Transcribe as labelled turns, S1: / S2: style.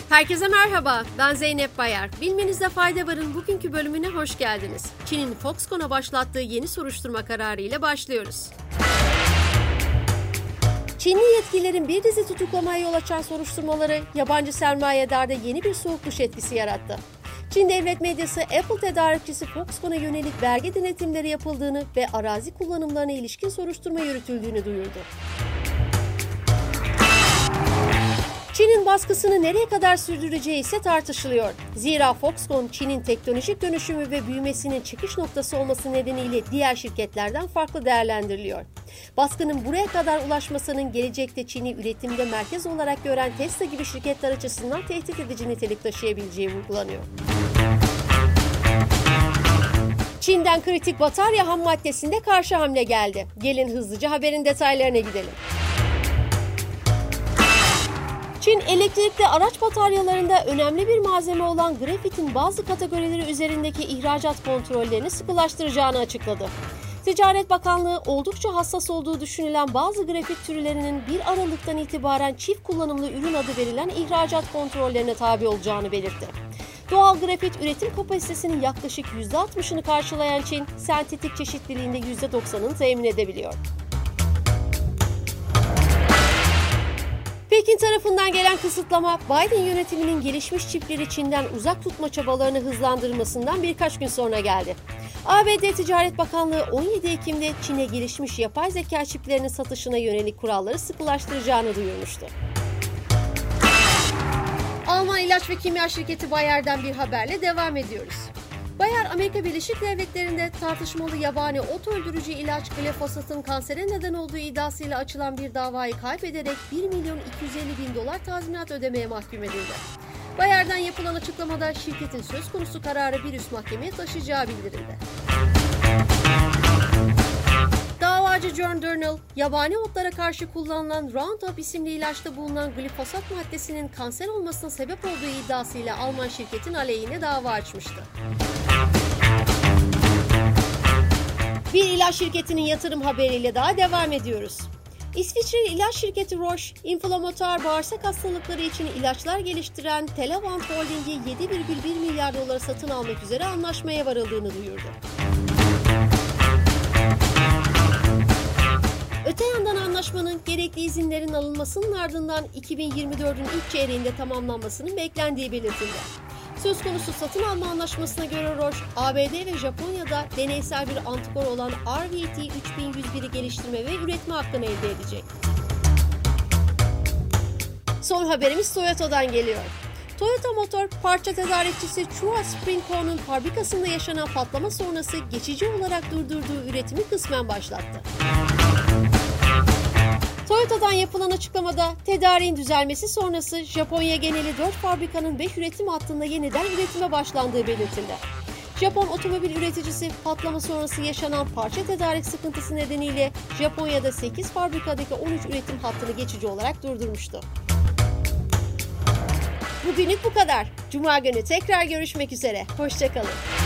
S1: Herkese merhaba, ben Zeynep Bayar. Bilmenizde fayda varın bugünkü bölümüne hoş geldiniz. Çin'in Foxconn'a başlattığı yeni soruşturma kararı ile başlıyoruz. Çinli yetkililerin bir dizi tutuklamaya yol açan soruşturmaları yabancı sermayedarda yeni bir soğuk duş etkisi yarattı. Çin devlet medyası Apple tedarikçisi Foxconn'a yönelik vergi denetimleri yapıldığını ve arazi kullanımlarına ilişkin soruşturma yürütüldüğünü duyurdu. Çin'in baskısını nereye kadar sürdüreceği ise tartışılıyor. Zira Foxconn, Çin'in teknolojik dönüşümü ve büyümesinin çıkış noktası olması nedeniyle diğer şirketlerden farklı değerlendiriliyor. Baskının buraya kadar ulaşmasının gelecekte Çin'i üretimde merkez olarak gören Tesla gibi şirketler açısından tehdit edici nitelik taşıyabileceği vurgulanıyor. Çin'den kritik batarya ham maddesinde karşı hamle geldi. Gelin hızlıca haberin detaylarına gidelim. Çin, elektrikli araç bataryalarında önemli bir malzeme olan grafitin bazı kategorileri üzerindeki ihracat kontrollerini sıkılaştıracağını açıkladı. Ticaret Bakanlığı, oldukça hassas olduğu düşünülen bazı grafit türlerinin 1 Aralık'tan itibaren çift kullanımlı ürün adı verilen ihracat kontrollerine tabi olacağını belirtti. Doğal grafit üretim kapasitesinin yaklaşık %60'ını karşılayan Çin, sentetik çeşitliliğinde %90'ını temin edebiliyor. Pekin tarafından gelen kısıtlama, Biden yönetiminin gelişmiş çipleri Çin'den uzak tutma çabalarını hızlandırmasından birkaç gün sonra geldi. ABD Ticaret Bakanlığı 17 Ekim'de Çin'e gelişmiş yapay zeka çiplerinin satışına yönelik kuralları sıkılaştıracağını duyurmuştu. Alman ilaç ve kimya şirketi Bayer'den bir haberle devam ediyoruz. Bayer, Amerika Birleşik Devletleri'nde tartışmalı yabani ot öldürücü ilaç glifosatın kansere neden olduğu iddiasıyla açılan bir davayı kaybederek $1.250.000 tazminat ödemeye mahkum edildi. Bayer'den yapılan açıklamada şirketin söz konusu kararı bir üst mahkemeye taşıyacağı bildirildi. Davacı John Durnall, yabani otlara karşı kullanılan Roundup isimli ilaçta bulunan glifosat maddesinin kanser olmasına sebep olduğu iddiasıyla Alman şirketin aleyhine dava açmıştı. Bir ilaç şirketinin yatırım haberiyle daha devam ediyoruz. İsviçreli ilaç şirketi Roche, inflamatuar bağırsak hastalıkları için ilaçlar geliştiren Telavant Holding'i $7,1 milyar satın almak üzere anlaşmaya varıldığını duyurdu. Öte yandan anlaşmanın gerekli izinlerin alınmasının ardından 2024'ün ilk çeyreğinde tamamlanmasının beklendiği belirtildi. Söz konusu satın alma anlaşmasına göre Roche, ABD ve Japonya'da deneysel bir antikor olan RVT3101'i geliştirme ve üretme hakkını elde edecek. Son haberimiz Toyota'dan geliyor. Toyota Motor, parça tedarikçisi Chua Spring Co.'nun fabrikasında yaşanan patlama sonrası geçici olarak durdurduğu üretimi kısmen başlattı. Toyota'dan yapılan açıklamada tedariğin düzelmesi sonrası Japonya geneli 4 fabrikanın 5 üretim hattında yeniden üretime başlandığı belirtildi. Japon otomobil üreticisi patlama sonrası yaşanan parça tedarik sıkıntısı nedeniyle Japonya'da 8 fabrikadaki 13 üretim hattını geçici olarak durdurmuştu. Bugünlük bu kadar. Cuma günü tekrar görüşmek üzere. Hoşça kalın.